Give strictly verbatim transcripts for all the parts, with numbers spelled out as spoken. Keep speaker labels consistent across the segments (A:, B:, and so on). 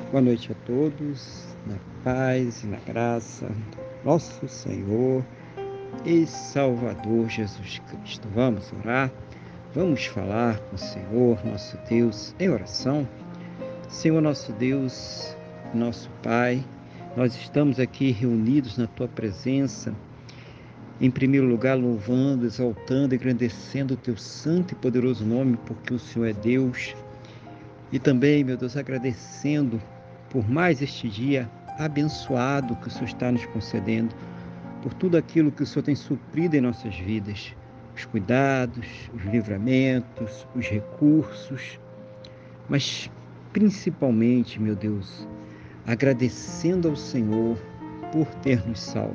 A: Boa noite a todos, na paz e na graça do nosso Senhor e Salvador Jesus Cristo. Vamos orar, vamos falar com o Senhor, nosso Deus, em oração. Senhor, nosso Deus, nosso Pai, nós estamos aqui reunidos na Tua presença, em primeiro lugar, louvando, exaltando, engrandecendo o Teu santo e poderoso nome, porque o Senhor é Deus. E também, meu Deus, agradecendo por mais este dia abençoado que o Senhor está nos concedendo, por tudo aquilo que o Senhor tem suprido em nossas vidas, os cuidados, os livramentos, os recursos, mas principalmente, meu Deus, agradecendo ao Senhor por ter nos salvo.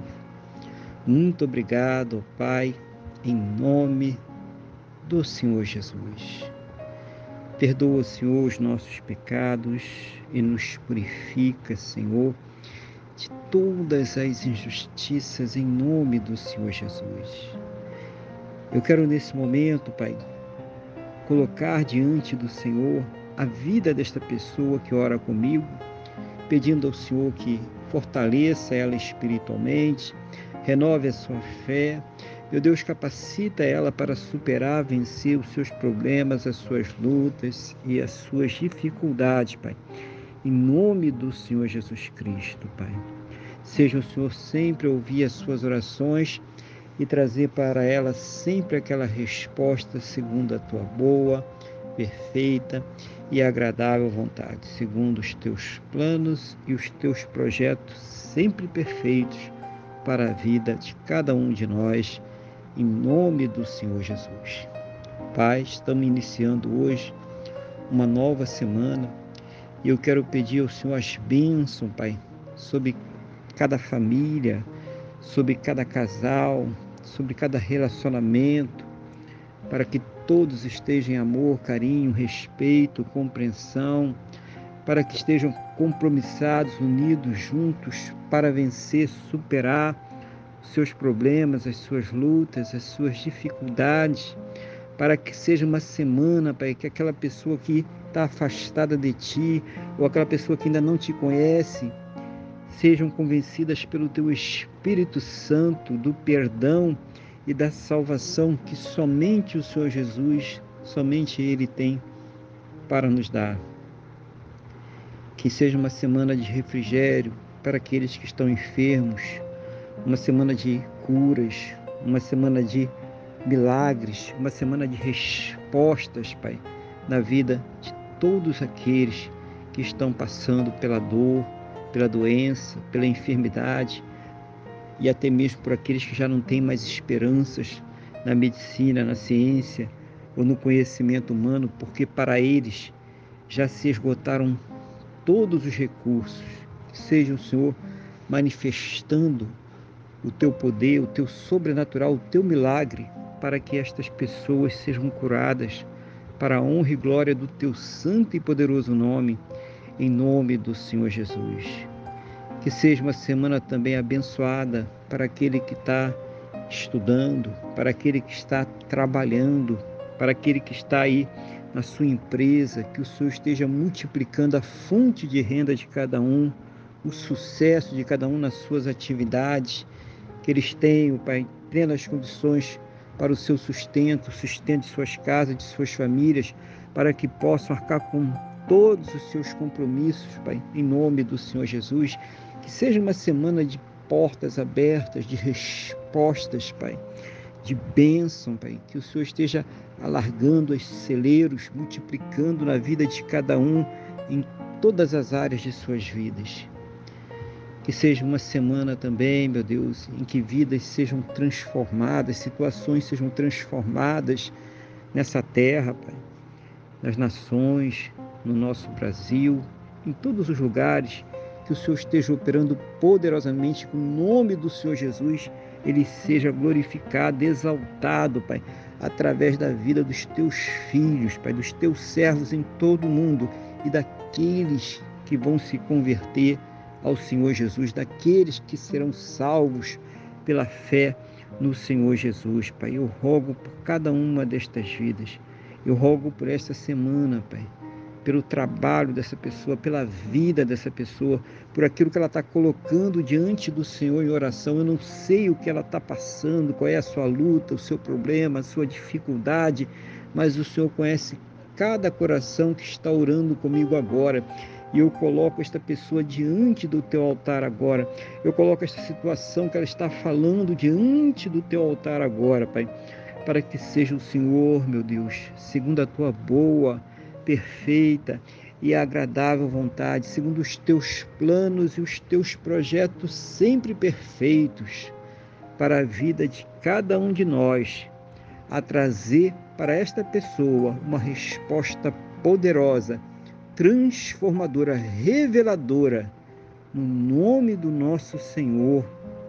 A: Muito obrigado, Pai, em nome do Senhor Jesus. Perdoa, Senhor, os nossos pecados e nos purifica, Senhor, de todas as injustiças em nome do Senhor Jesus. Eu quero nesse momento, Pai, colocar diante do Senhor a vida desta pessoa que ora comigo, pedindo ao Senhor que fortaleça ela espiritualmente, renove a sua fé. Meu Deus, capacita ela para superar, vencer os seus problemas, as suas lutas e as suas dificuldades, Pai. Em nome do Senhor Jesus Cristo, Pai. Seja o Senhor sempre ouvir as suas orações e trazer para ela sempre aquela resposta segundo a tua boa, perfeita e agradável vontade, segundo os teus planos e os teus projetos sempre perfeitos para a vida de cada um de nós, em nome do Senhor Jesus. Pai, estamos iniciando hoje uma nova semana e eu quero pedir ao Senhor as bênçãos, Pai, sobre cada família, sobre cada casal, sobre cada relacionamento, para que todos estejam em amor, carinho, respeito, compreensão, para que estejam compromissados, unidos, juntos, para vencer, superar seus problemas, as suas lutas, as suas dificuldades, para que seja uma semana, Pai, que aquela pessoa que está afastada de Ti, ou aquela pessoa que ainda não Te conhece, sejam convencidas pelo Teu Espírito Santo do perdão e da salvação que somente o Senhor Jesus, somente Ele tem para nos dar. Que seja uma semana de refrigério para aqueles que estão enfermos, uma semana de curas, uma semana de milagres, uma semana de respostas, Pai, na vida de todos aqueles que estão passando pela dor, pela doença, pela enfermidade e até mesmo por aqueles que já não têm mais esperanças na medicina, na ciência ou no conhecimento humano, porque para eles já se esgotaram todos os recursos. Que seja o Senhor manifestando o teu poder, o teu sobrenatural, o teu milagre, para que estas pessoas sejam curadas, para a honra e glória do teu santo e poderoso nome, em nome do Senhor Jesus. Que seja uma semana também abençoada para aquele que está estudando, para aquele que está trabalhando, para aquele que está aí na sua empresa, que o Senhor esteja multiplicando a fonte de renda de cada um, o sucesso de cada um nas suas atividades, que eles tenham, Pai, plenas condições para o seu sustento, o sustento de suas casas, de suas famílias, para que possam arcar com todos os seus compromissos, Pai, em nome do Senhor Jesus. Que seja uma semana de portas abertas, de respostas, Pai, de bênção, Pai, que o Senhor esteja alargando os celeiros, multiplicando na vida de cada um, em todas as áreas de suas vidas. Que seja uma semana também, meu Deus, em que vidas sejam transformadas, situações sejam transformadas nessa terra, Pai, nas nações, no nosso Brasil, em todos os lugares, que o Senhor esteja operando poderosamente, com o nome do Senhor Jesus, Ele seja glorificado, exaltado, Pai, através da vida dos Teus filhos, Pai, dos Teus servos em todo o mundo e daqueles que vão se converter ao Senhor Jesus, daqueles que serão salvos pela fé no Senhor Jesus, Pai. Eu rogo por cada uma destas vidas, eu rogo por esta semana, Pai, pelo trabalho dessa pessoa, pela vida dessa pessoa, por aquilo que ela está colocando diante do Senhor em oração. Eu não sei o que ela está passando, qual é a sua luta, o seu problema, a sua dificuldade, mas o Senhor conhece cada coração que está orando comigo agora. E eu coloco esta pessoa diante do teu altar agora. Eu coloco esta situação que ela está falando diante do teu altar agora, Pai, para que seja o Senhor, meu Deus, segundo a tua boa, perfeita e agradável vontade, segundo os teus planos e os teus projetos sempre perfeitos para a vida de cada um de nós, a trazer para esta pessoa uma resposta poderosa, transformadora, reveladora, no nome do nosso Senhor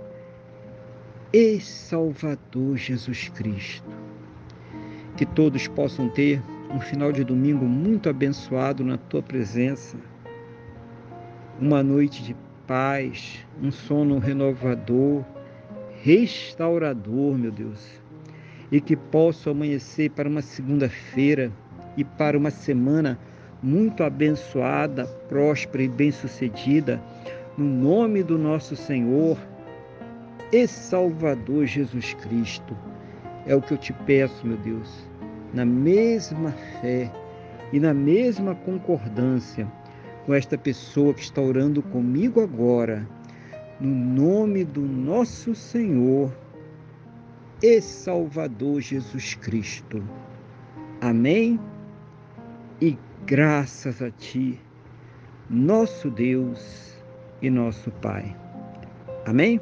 A: e Salvador Jesus Cristo. Que todos possam ter um final de domingo muito abençoado na tua presença, uma noite de paz, um sono renovador, restaurador, meu Deus, e que possa amanhecer para uma segunda-feira e para uma semana muito abençoada, próspera e bem-sucedida, no nome do nosso Senhor e Salvador Jesus Cristo. É o que eu te peço, meu Deus, na mesma fé e na mesma concordância com esta pessoa que está orando comigo agora, no nome do nosso Senhor e Salvador Jesus Cristo. Amém? E graças a Ti, nosso Deus e nosso Pai. Amém?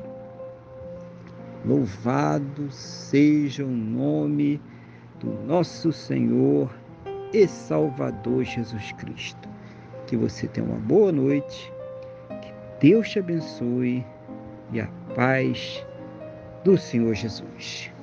A: Louvado seja o nome do nosso Senhor e Salvador Jesus Cristo. Que você tenha uma boa noite, que Deus te abençoe e a paz do Senhor Jesus.